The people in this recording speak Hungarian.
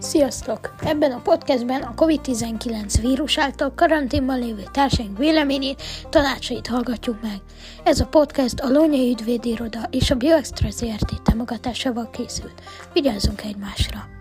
Sziasztok! Ebben a podcastben a COVID-19 vírus által karanténban lévő társaink véleményét, tanácsait hallgatjuk meg. Ez a podcast a Lónyai Ügyvédiroda és a BioExtra Zrt. Támogatásával készült. Vigyázzunk egymásra!